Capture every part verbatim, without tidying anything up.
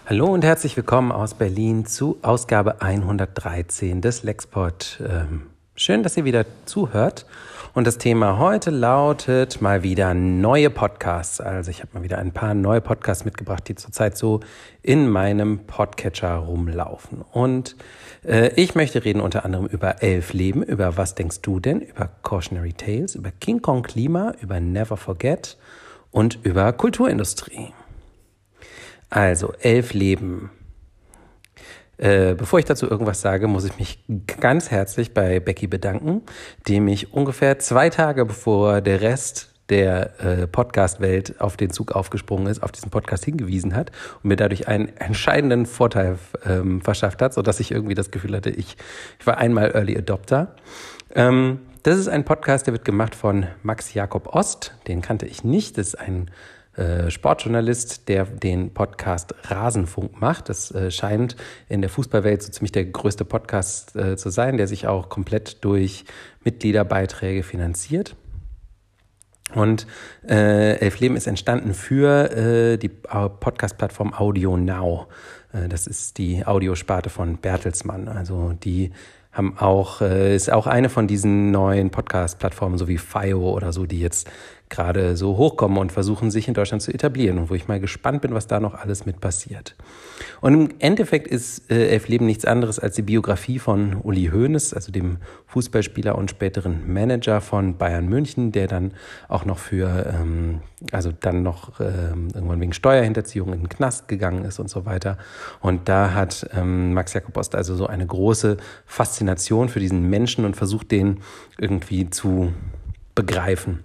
Hallo und herzlich willkommen aus Berlin zu Ausgabe hundertdreizehn des Lexpod. Ähm, schön, dass ihr wieder zuhört. Und das Thema heute lautet mal wieder neue Podcasts. Also ich habe mal wieder ein paar neue Podcasts mitgebracht, die zurzeit so in meinem Podcatcher rumlaufen. Und äh, ich möchte reden unter anderem über Elf Leben, über Was denkst du denn, über Cautionary Tales, über King Kong Klima, über Never Forget und über Kulturindustrie. Also, Elf Leben. Äh, bevor ich dazu irgendwas sage, muss ich mich ganz herzlich bei Becky bedanken, die mich ungefähr zwei Tage bevor der Rest der äh, Podcast-Welt auf den Zug aufgesprungen ist, auf diesen Podcast hingewiesen hat und mir dadurch einen entscheidenden Vorteil ähm, verschafft hat, sodass ich irgendwie das Gefühl hatte, ich, ich war einmal Early Adopter. Ähm, das ist ein Podcast, der wird gemacht von Max Jakob Ost. Den kannte ich nicht. Das ist ein Sportjournalist, der den Podcast Rasenfunk macht. Das äh, scheint in der Fußballwelt so ziemlich der größte Podcast äh, zu sein, der sich auch komplett durch Mitgliederbeiträge finanziert. Und äh, Elf Leben ist entstanden für äh, die Podcast-Plattform Audio Now. Äh, das ist die Audiosparte von Bertelsmann. Also die haben auch, äh, ist auch eine von diesen neuen Podcast-Plattformen, so wie Fio oder so, die jetzt gerade so hochkommen und versuchen, sich in Deutschland zu etablieren und wo ich mal gespannt bin, was da noch alles mit passiert. Und im Endeffekt ist äh, Elf Leben nichts anderes als die Biografie von Uli Hoeneß, also dem Fußballspieler und späteren Manager von Bayern München, der dann auch noch für, ähm, also dann noch ähm, irgendwann wegen Steuerhinterziehung in den Knast gegangen ist und so weiter. Und da hat ähm, Max Jakob Ost also so eine große Faszination für diesen Menschen und versucht, den irgendwie zu begreifen.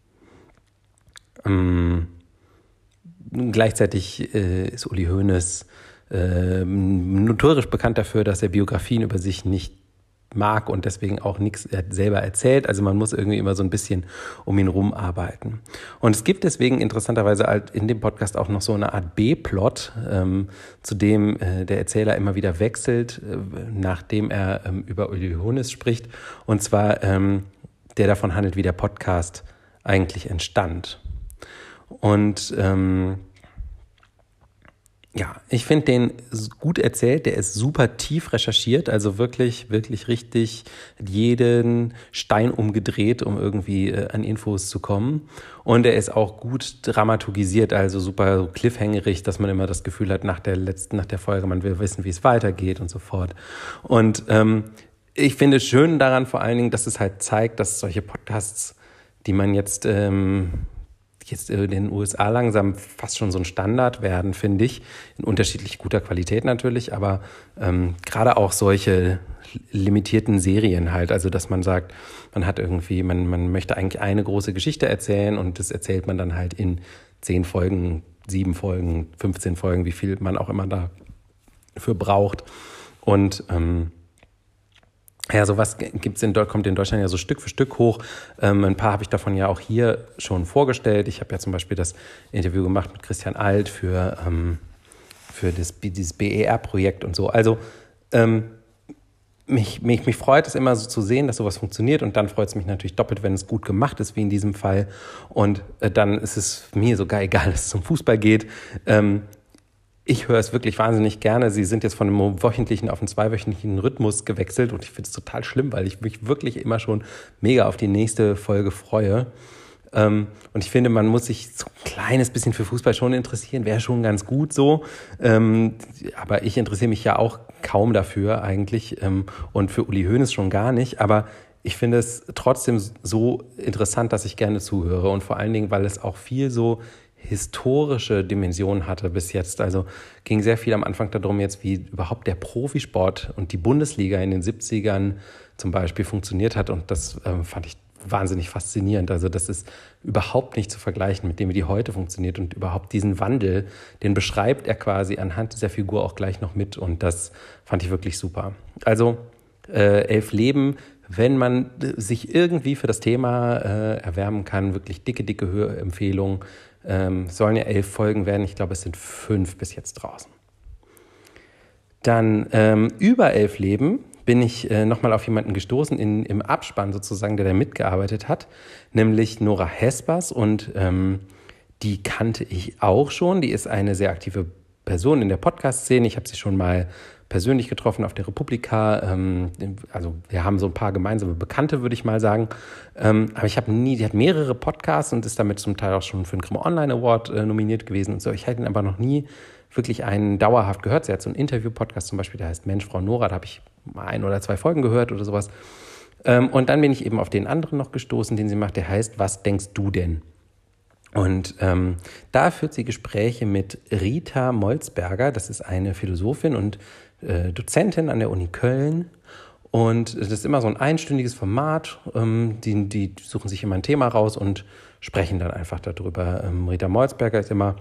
Ähm, gleichzeitig äh, ist Uli Hoeneß äh, notorisch bekannt dafür, dass er Biografien über sich nicht mag und deswegen auch nichts selber erzählt. Also man muss irgendwie immer so ein bisschen um ihn rum arbeiten. Und es gibt deswegen interessanterweise halt in dem Podcast auch noch so eine Art B-Plot, ähm, zu dem äh, der Erzähler immer wieder wechselt, äh, nachdem er ähm, über Uli Hoeneß spricht. Und zwar ähm, der davon handelt, wie der Podcast eigentlich entstand. Und ähm, ja, ich finde den gut erzählt, der ist super tief recherchiert, also wirklich, wirklich richtig jeden Stein umgedreht, um irgendwie äh, an Infos zu kommen. Und er ist auch gut dramaturgisiert, also super cliffhangerig, dass man immer das Gefühl hat, nach der letzten, nach der Folge, man will wissen, wie es weitergeht und so fort. Und ähm, ich finde es schön daran vor allen Dingen, dass es halt zeigt, dass solche Podcasts, die man jetzt ähm, jetzt in den U S A langsam fast schon so ein Standard werden, finde ich, in unterschiedlich guter Qualität natürlich, aber ähm, gerade auch solche limitierten Serien halt, also dass man sagt, man hat irgendwie, man, man möchte eigentlich eine große Geschichte erzählen und das erzählt man dann halt in zehn Folgen, sieben Folgen, fünfzehn Folgen, wie viel man auch immer dafür braucht. Und ähm, ja, sowas gibt's in, kommt in Deutschland ja so Stück für Stück hoch. Ähm, ein paar habe ich davon ja auch hier schon vorgestellt. Ich habe ja zum Beispiel das Interview gemacht mit Christian Alt für, ähm, für das, dieses B E R-Projekt und so. Also ähm, mich, mich, mich freut es immer so zu sehen, dass sowas funktioniert. Und dann freut es mich natürlich doppelt, wenn es gut gemacht ist, wie in diesem Fall. Und äh, dann ist es mir sogar egal, dass es zum Fußball geht. Ähm, Ich höre es wirklich wahnsinnig gerne. Sie sind jetzt von einem wöchentlichen auf einen zweiwöchentlichen Rhythmus gewechselt und ich finde es total schlimm, weil ich mich wirklich immer schon mega auf die nächste Folge freue. Und ich finde, man muss sich so ein kleines bisschen für Fußball schon interessieren, wäre schon ganz gut so. Aber ich interessiere mich ja auch kaum dafür eigentlich und für Uli Hoeneß schon gar nicht. Aber ich finde es trotzdem so interessant, dass ich gerne zuhöre und vor allen Dingen, weil es auch viel so historische Dimension hatte bis jetzt. Also ging sehr viel am Anfang darum jetzt, wie überhaupt der Profisport und die Bundesliga in den siebzigern zum Beispiel funktioniert hat. Und das äh, fand ich wahnsinnig faszinierend. Also das ist überhaupt nicht zu vergleichen mit dem, wie die heute funktioniert. Und überhaupt diesen Wandel, den beschreibt er quasi anhand dieser Figur auch gleich noch mit. Und das fand ich wirklich super. Also äh, Elf Leben, wenn man sich irgendwie für das Thema äh, erwärmen kann, wirklich dicke, dicke Hörempfehlung. Ähm, sollen ja elf Folgen werden. Ich glaube, es sind fünf bis jetzt draußen. Dann ähm, über Elf Leben bin ich äh, nochmal auf jemanden gestoßen in, im Abspann sozusagen, der da mitgearbeitet hat, nämlich Nora Hespers und ähm, die kannte ich auch schon. Die ist eine sehr aktive Person in der Podcast-Szene. Ich habe sie schon mal persönlich getroffen auf der Republika. Ähm, also wir haben so ein paar gemeinsame Bekannte, würde ich mal sagen. Ähm, aber ich habe nie, die hat mehrere Podcasts und ist damit zum Teil auch schon für den Grimme Online Award äh, nominiert gewesen und so. Ich hätte ihn aber noch nie wirklich einen dauerhaft gehört. Sie hat so einen Interview-Podcast zum Beispiel, der heißt Mensch, Frau Nora. Da habe ich mal ein oder zwei Folgen gehört oder sowas. Ähm, und dann bin ich eben auf den anderen noch gestoßen, den sie macht, der heißt Was denkst du denn? Und ähm, da führt sie Gespräche mit Rita Molzberger. Das ist eine Philosophin und äh, Dozentin an der Uni Köln. Und das ist immer so ein einstündiges Format. Ähm, die, die suchen sich immer ein Thema raus und sprechen dann einfach darüber. Ähm, Rita Molzberger ist immer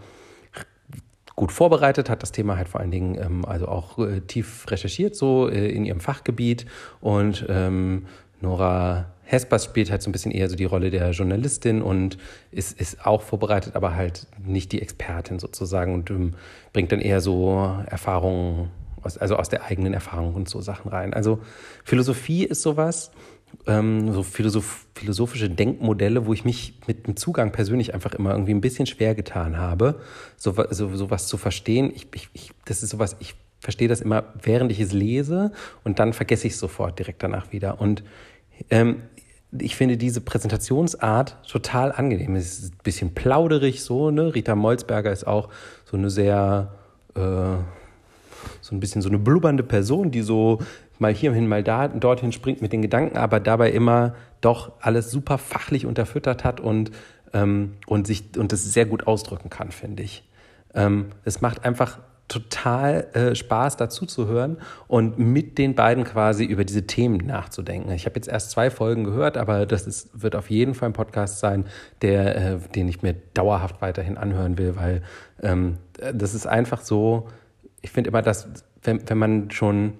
gut vorbereitet, hat das Thema halt vor allen Dingen ähm, also auch äh, tief recherchiert, so äh, in ihrem Fachgebiet. Und ähm, Nora Hespers spielt halt so ein bisschen eher so die Rolle der Journalistin und ist, ist auch vorbereitet, aber halt nicht die Expertin sozusagen und ähm, bringt dann eher so Erfahrungen, aus, also aus der eigenen Erfahrung und so Sachen rein. Also Philosophie ist sowas, ähm, so Philosoph- philosophische Denkmodelle, wo ich mich mit dem Zugang persönlich einfach immer irgendwie ein bisschen schwer getan habe, so, so, sowas zu verstehen. Ich, ich, ich, das ist sowas, ich verstehe das immer, während ich es lese und dann vergesse ich es sofort direkt danach wieder. Und ähm, ich finde diese Präsentationsart total angenehm. Es ist ein bisschen plauderig so, ne? Rita Molzberger ist auch so eine sehr, äh, so ein bisschen so eine blubbernde Person, die so mal hierhin, mal da, dorthin springt mit den Gedanken, aber dabei immer doch alles super fachlich unterfüttert hat und, ähm, und sich und das sehr gut ausdrücken kann, finde ich. Ähm, es macht einfach total äh, Spaß, dazu zu hören und mit den beiden quasi über diese Themen nachzudenken. Ich habe jetzt erst zwei Folgen gehört, aber das ist, wird auf jeden Fall ein Podcast sein, der, äh, den ich mir dauerhaft weiterhin anhören will, weil ähm, das ist einfach so, ich finde immer, dass wenn, wenn man schon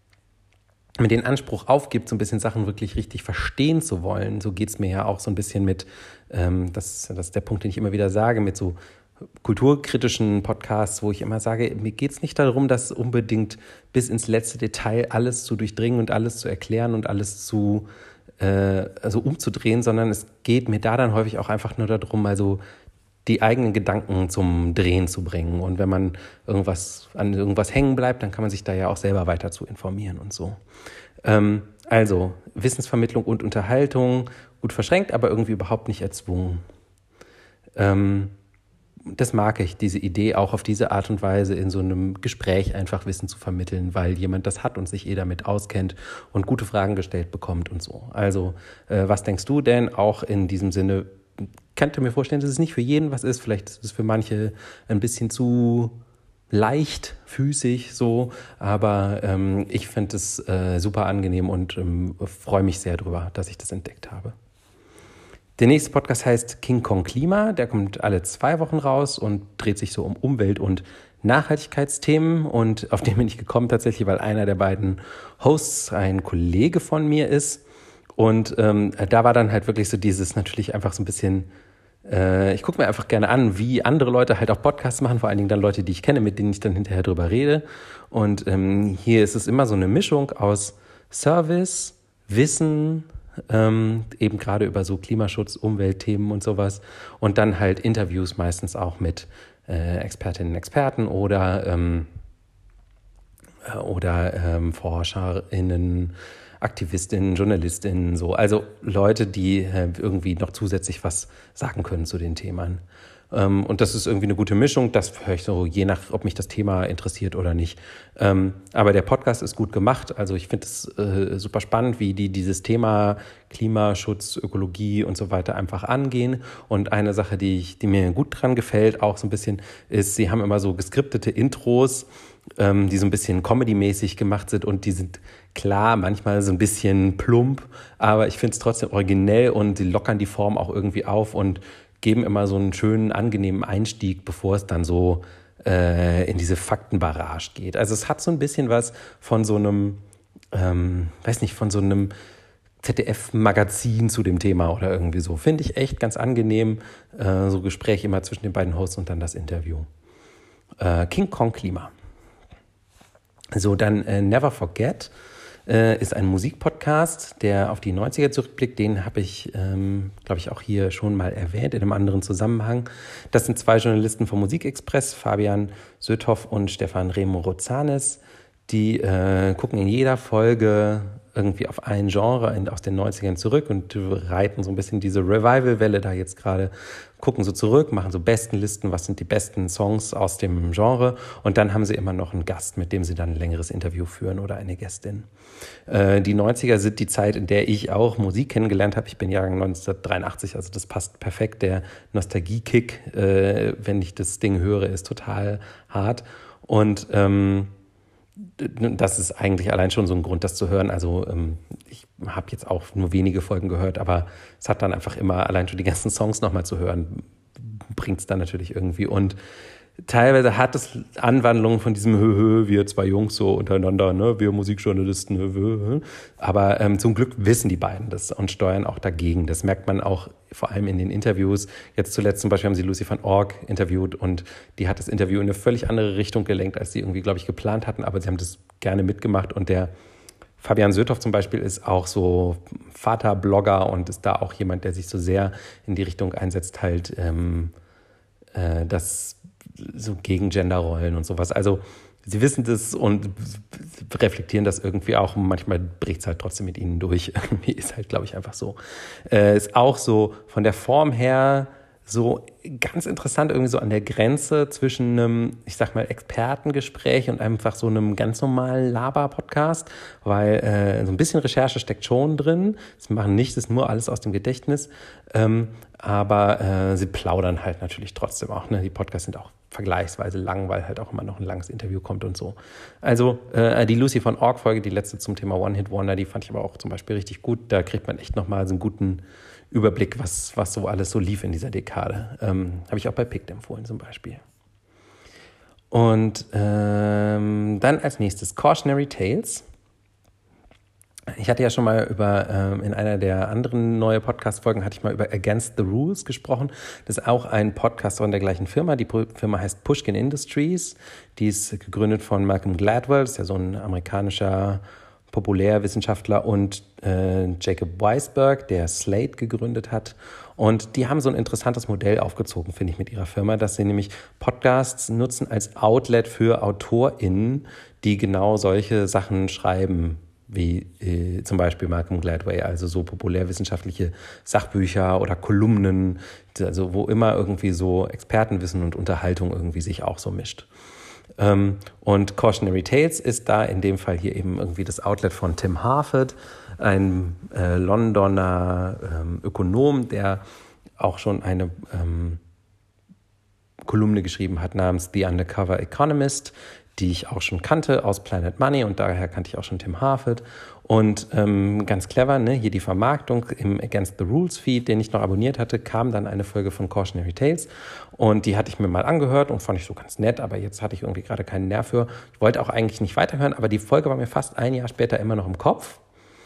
mit den Anspruch aufgibt, so ein bisschen Sachen wirklich richtig verstehen zu wollen, so geht es mir ja auch so ein bisschen mit, ähm, das, das ist der Punkt, den ich immer wieder sage, mit so kulturkritischen Podcasts, wo ich immer sage, mir geht es nicht darum, das unbedingt bis ins letzte Detail alles zu durchdringen und alles zu erklären und alles zu äh, also umzudrehen, sondern es geht mir da dann häufig auch einfach nur darum, also die eigenen Gedanken zum Drehen zu bringen. Und wenn man irgendwas an irgendwas hängen bleibt, dann kann man sich da ja auch selber weiter zu informieren und so. Ähm, also Wissensvermittlung und Unterhaltung, gut verschränkt, aber irgendwie überhaupt nicht erzwungen. Ähm, Das mag ich, diese Idee auch auf diese Art und Weise in so einem Gespräch einfach Wissen zu vermitteln, weil jemand das hat und sich eh damit auskennt und gute Fragen gestellt bekommt und so. Also, äh, was denkst du denn auch in diesem Sinne? Könnte mir vorstellen, dass es nicht für jeden was ist. Vielleicht ist es für manche ein bisschen zu leichtfüßig so, aber ähm, ich finde es äh, super angenehm und ähm, freue mich sehr drüber, dass ich das entdeckt habe. Der nächste Podcast heißt King Kong Klima, der kommt alle zwei Wochen raus und dreht sich so um Umwelt- und Nachhaltigkeitsthemen und auf den bin ich gekommen tatsächlich, weil einer der beiden Hosts ein Kollege von mir ist und ähm, da war dann halt wirklich so dieses natürlich einfach so ein bisschen, äh, ich gucke mir einfach gerne an, wie andere Leute halt auch Podcasts machen, vor allen Dingen dann Leute, die ich kenne, mit denen ich dann hinterher drüber rede und ähm, hier ist es immer so eine Mischung aus Service, Wissen, Ähm, eben gerade über so Klimaschutz, Umweltthemen und sowas und dann halt Interviews meistens auch mit äh, Expertinnen und Experten oder, ähm, äh, oder ähm, ForscherInnen, AktivistInnen, JournalistInnen, so. Also Leute, die äh, irgendwie noch zusätzlich was sagen können zu den Themen. Ähm, und das ist irgendwie eine gute Mischung, das höre ich so, je nach, ob mich das Thema interessiert oder nicht. Ähm, aber der Podcast ist gut gemacht, also ich finde es äh, super spannend, wie die dieses Thema Klimaschutz, Ökologie und so weiter einfach angehen. Und eine Sache, die, ich, die mir gut dran gefällt, auch so ein bisschen, ist, sie haben immer so geskriptete Intros, ähm, die so ein bisschen Comedy-mäßig gemacht sind und die sind klar, manchmal so ein bisschen plump, aber ich finde es trotzdem originell und sie lockern die Form auch irgendwie auf und geben immer so einen schönen, angenehmen Einstieg, bevor es dann so äh, in diese Faktenbarrage geht. Also es hat so ein bisschen was von so einem, ähm, weiß nicht, von so einem Z D F-Magazin zu dem Thema oder irgendwie so. Finde ich echt ganz angenehm, äh, so Gespräche immer zwischen den beiden Hosts und dann das Interview. Äh, King Kong Klima. So, dann äh, Never Forget äh, ist ein Musikpodcast, der auf die neunziger zurückblickt. Den habe ich, ähm, glaube ich, auch hier schon mal erwähnt in einem anderen Zusammenhang. Das sind zwei Journalisten vom Musikexpress, Fabian Söthoff und Stefan Remo-Rozanes. Die äh, gucken in jeder Folge irgendwie auf ein Genre in, aus den neunzigern zurück und reiten so ein bisschen diese Revival-Welle da jetzt gerade, gucken so zurück, machen so Bestenlisten, was sind die besten Songs aus dem Genre, und dann haben sie immer noch einen Gast, mit dem sie dann ein längeres Interview führen oder eine Gästin. Äh, die neunziger sind die Zeit, in der ich auch Musik kennengelernt habe. Ich bin Jahrgang neunzehnhundertdreiundachtzig, also das passt perfekt. Der Nostalgie-Kick, äh, wenn ich das Ding höre, ist total hart. Und ähm, das ist eigentlich allein schon so ein Grund, das zu hören. Also ähm, ich habe jetzt auch nur wenige Folgen gehört, aber es hat dann einfach immer, allein schon die ganzen Songs nochmal zu hören, bringt es dann natürlich irgendwie. Und teilweise hat es Anwandlungen von diesem Hö, Hö, wir zwei Jungs so untereinander, ne, wir Musikjournalisten, Hö, Hö, Hö. Aber ähm, zum Glück wissen die beiden das und steuern auch dagegen. Das merkt man auch vor allem in den Interviews. Jetzt zuletzt zum Beispiel haben sie Lucy van Org interviewt und die hat das Interview in eine völlig andere Richtung gelenkt, als sie irgendwie, glaube ich, geplant hatten. Aber sie haben das gerne mitgemacht, und der Fabian Söthoff zum Beispiel ist auch so Vaterblogger und ist da auch jemand, der sich so sehr in die Richtung einsetzt, halt ähm, äh, das so gegen Genderrollen und sowas. Also sie wissen das und reflektieren das irgendwie auch, und manchmal bricht es halt trotzdem mit ihnen durch. Irgendwie ist halt, glaube ich, einfach so. Äh, ist auch so von der Form her so ganz interessant, irgendwie so an der Grenze zwischen einem, ich sag mal, Expertengespräch und einfach so einem ganz normalen Laber-Podcast, weil äh, so ein bisschen Recherche steckt schon drin. Sie machen nicht, das ist nur alles aus dem Gedächtnis, ähm, aber äh, sie plaudern halt natürlich trotzdem auch. Ne? Die Podcasts sind auch vergleichsweise lang, weil halt auch immer noch ein langes Interview kommt und so. Also äh, die Lucy von Org-Folge, die letzte zum Thema One-Hit-Wonder, die fand ich aber auch zum Beispiel richtig gut. Da kriegt man echt nochmal so einen guten Überblick, was, was so alles so lief in dieser Dekade. Ähm, habe ich auch bei Picked empfohlen zum Beispiel. Und ähm, dann als nächstes Cautionary Tales. Ich hatte ja schon mal über, ähm, in einer der anderen neuen Podcast-Folgen hatte ich mal über Against the Rules gesprochen. Das ist auch ein Podcast von der gleichen Firma. Die Firma heißt Pushkin Industries. Die ist gegründet von Malcolm Gladwell. Das ist ja so ein amerikanischer Populärwissenschaftler, und äh, Jacob Weisberg, der Slate gegründet hat. Und die haben so ein interessantes Modell aufgezogen, finde ich, mit ihrer Firma, dass sie nämlich Podcasts nutzen als Outlet für AutorInnen, die genau solche Sachen schreiben, wie äh, zum Beispiel Malcolm Gladwell, also so populärwissenschaftliche Sachbücher oder Kolumnen, also wo immer irgendwie so Expertenwissen und Unterhaltung irgendwie sich auch so mischt. Ähm, und Cautionary Tales ist da in dem Fall hier eben irgendwie das Outlet von Tim Harford, ein äh, Londoner ähm, Ökonom, der auch schon eine ähm, Kolumne geschrieben hat namens The Undercover Economist, die ich auch schon kannte aus Planet Money, und daher kannte ich auch schon Tim Harford. Und ähm, ganz clever, ne, hier die Vermarktung im Against the Rules Feed, den ich noch abonniert hatte, kam dann eine Folge von Cautionary Tales, und die hatte ich mir mal angehört und fand ich so ganz nett, aber jetzt hatte ich irgendwie gerade keinen Nerv für. Ich wollte auch eigentlich nicht weiterhören, aber die Folge war mir fast ein Jahr später immer noch im Kopf.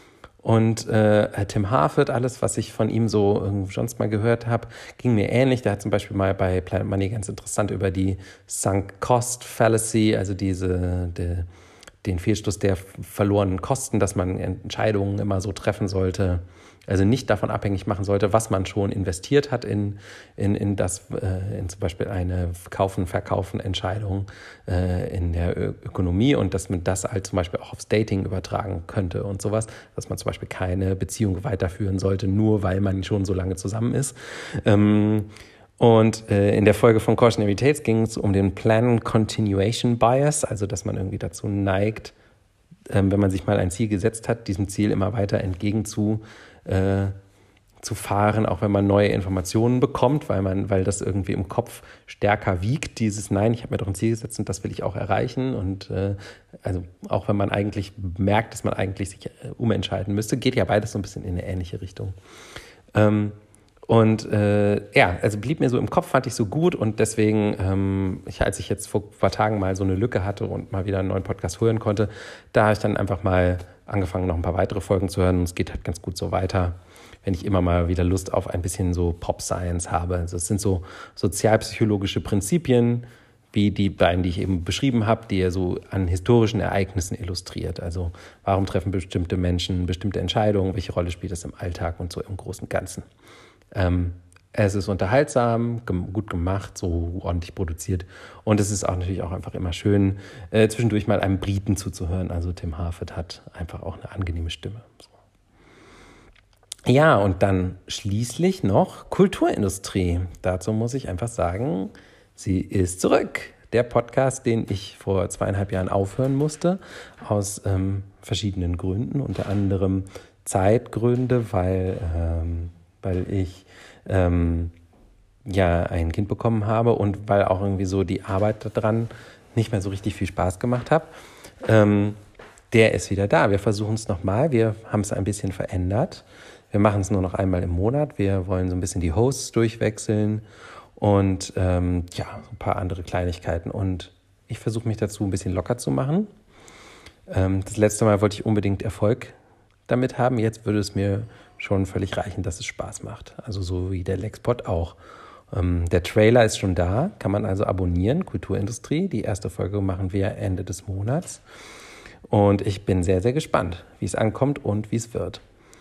Und äh, Tim Harford, alles, was ich von ihm so äh, sonst mal gehört habe, ging mir ähnlich. Der hat zum Beispiel mal bei Planet Money ganz interessant über die Sunk Cost Fallacy, also diese, die, den Fehlschluss der verlorenen Kosten, dass man Entscheidungen immer so treffen sollte, also nicht davon abhängig machen sollte, was man schon investiert hat in, in, in das, äh, in zum Beispiel eine Kaufen, Verkaufen Entscheidung äh, in der Ö- Ökonomie, und dass man das halt zum Beispiel auch aufs Dating übertragen könnte und sowas, dass man zum Beispiel keine Beziehung weiterführen sollte, nur weil man schon so lange zusammen ist. Ähm, Und äh, in der Folge von Cautionary Tales ging es um den Plan Continuation Bias, also dass man irgendwie dazu neigt, ähm, wenn man sich mal ein Ziel gesetzt hat, diesem Ziel immer weiter entgegen zu, äh, zu fahren, auch wenn man neue Informationen bekommt, weil man, weil das irgendwie im Kopf stärker wiegt, dieses Nein, ich habe mir doch ein Ziel gesetzt und das will ich auch erreichen. Und äh, also auch wenn man eigentlich merkt, dass man eigentlich sich äh, umentscheiden müsste, geht ja beides so ein bisschen in eine ähnliche Richtung. Ähm, Und äh, ja, also blieb mir so im Kopf, fand ich so gut, und deswegen, ähm, ich, als ich jetzt vor ein paar Tagen mal so eine Lücke hatte und mal wieder einen neuen Podcast hören konnte, da habe ich dann einfach mal angefangen, noch ein paar weitere Folgen zu hören, und es geht halt ganz gut so weiter, wenn ich immer mal wieder Lust auf ein bisschen so Pop-Science habe. Also es sind so sozialpsychologische Prinzipien, wie die beiden, die ich eben beschrieben habe, die er so an historischen Ereignissen illustriert. Also warum treffen bestimmte Menschen bestimmte Entscheidungen, welche Rolle spielt das im Alltag und so im Großen und Ganzen. Ähm, es ist unterhaltsam, gem- gut gemacht, so ordentlich produziert und es ist auch natürlich auch einfach immer schön, äh, zwischendurch mal einem Briten zuzuhören. Also Tim Harford hat einfach auch eine angenehme Stimme. So. Ja, und dann schließlich noch Kulturindustrie. Dazu muss ich einfach sagen, sie ist zurück. Der Podcast, den ich vor zweieinhalb Jahren aufhören musste, aus ähm, verschiedenen Gründen, unter anderem Zeitgründe, weil, ähm, weil ich ähm, ja ein Kind bekommen habe und weil auch irgendwie so die Arbeit daran nicht mehr so richtig viel Spaß gemacht hat. Ähm, der ist wieder da. Wir versuchen es nochmal. Wir haben es ein bisschen verändert. Wir machen es nur noch einmal im Monat. Wir wollen so ein bisschen die Hosts durchwechseln und ähm, ja, so ein paar andere Kleinigkeiten. Und ich versuche mich dazu ein bisschen locker zu machen. Ähm, das letzte Mal wollte ich unbedingt Erfolg damit haben. Jetzt würde es mir schon völlig reichen, dass es Spaß macht. Also so wie der Lexpod auch. Ähm, der Trailer ist schon da, kann man also abonnieren. Kulturindustrie. Die erste Folge machen wir Ende des Monats. Und ich bin sehr, sehr gespannt, wie es ankommt und wie es wird.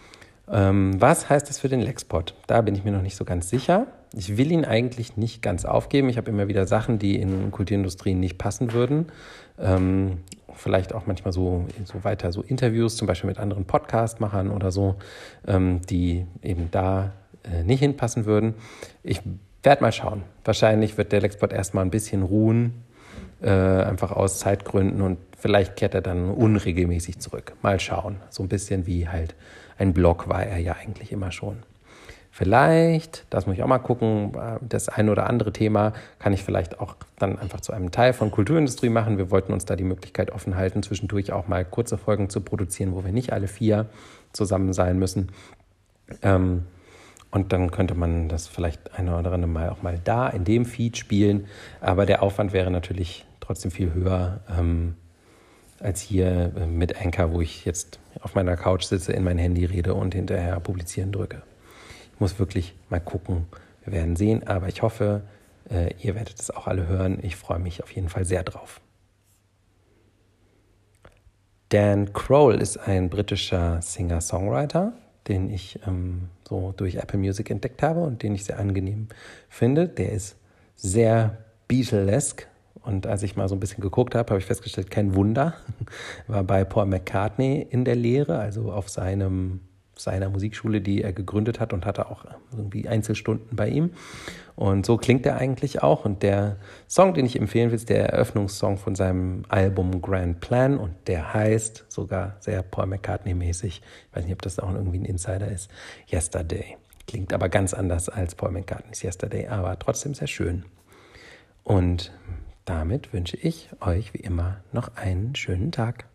Ähm, was heißt das für den Lexpod? Da bin ich mir noch nicht so ganz sicher. Ich will ihn eigentlich nicht ganz aufgeben. Ich habe immer wieder Sachen, die in Kulturindustrien nicht passen würden. Ähm, vielleicht auch manchmal so, so weiter, so Interviews, zum Beispiel mit anderen Podcast-Machern oder so, ähm, die eben da äh, nicht hinpassen würden. Ich werde mal schauen. Wahrscheinlich wird der Lexpod erstmal ein bisschen ruhen, äh, einfach aus Zeitgründen und vielleicht kehrt er dann unregelmäßig zurück. Mal schauen. So ein bisschen wie halt ein Blog war er ja eigentlich immer schon. Vielleicht, das muss ich auch mal gucken, das eine oder andere Thema kann ich vielleicht auch dann einfach zu einem Teil von Kulturindustrie machen. Wir wollten uns da die Möglichkeit offen halten, zwischendurch auch mal kurze Folgen zu produzieren, wo wir nicht alle vier zusammen sein müssen. Ähm, und dann könnte man das vielleicht eine oder andere Mal auch mal da in dem Feed spielen. Aber der Aufwand wäre natürlich trotzdem viel höher ähm, als hier äh, mit Anchor, wo ich jetzt auf meiner Couch sitze, in mein Handy rede und hinterher publizieren drücke. Ich muss wirklich mal gucken. Wir werden sehen, aber ich hoffe, äh, ihr werdet es auch alle hören. Ich freue mich auf jeden Fall sehr drauf. Dan Kroll ist ein britischer Singer-Songwriter, den ich ähm, so durch Apple Music entdeckt habe und den ich sehr angenehm finde. Der ist sehr Beatlesque. Und als ich mal so ein bisschen geguckt habe, habe ich festgestellt, kein Wunder. War bei Paul McCartney in der Lehre, also auf seinem, seiner Musikschule, die er gegründet hat und hatte auch irgendwie Einzelstunden bei ihm. Und so klingt er eigentlich auch. Und der Song, den ich empfehlen will, ist der Eröffnungssong von seinem Album Grand Plan. Und der heißt sogar sehr Paul McCartney-mäßig, ich weiß nicht, ob das auch irgendwie ein Insider ist, Yesterday. Klingt aber ganz anders als Paul McCartneys Yesterday, aber trotzdem sehr schön. Und damit wünsche ich euch wie immer noch einen schönen Tag.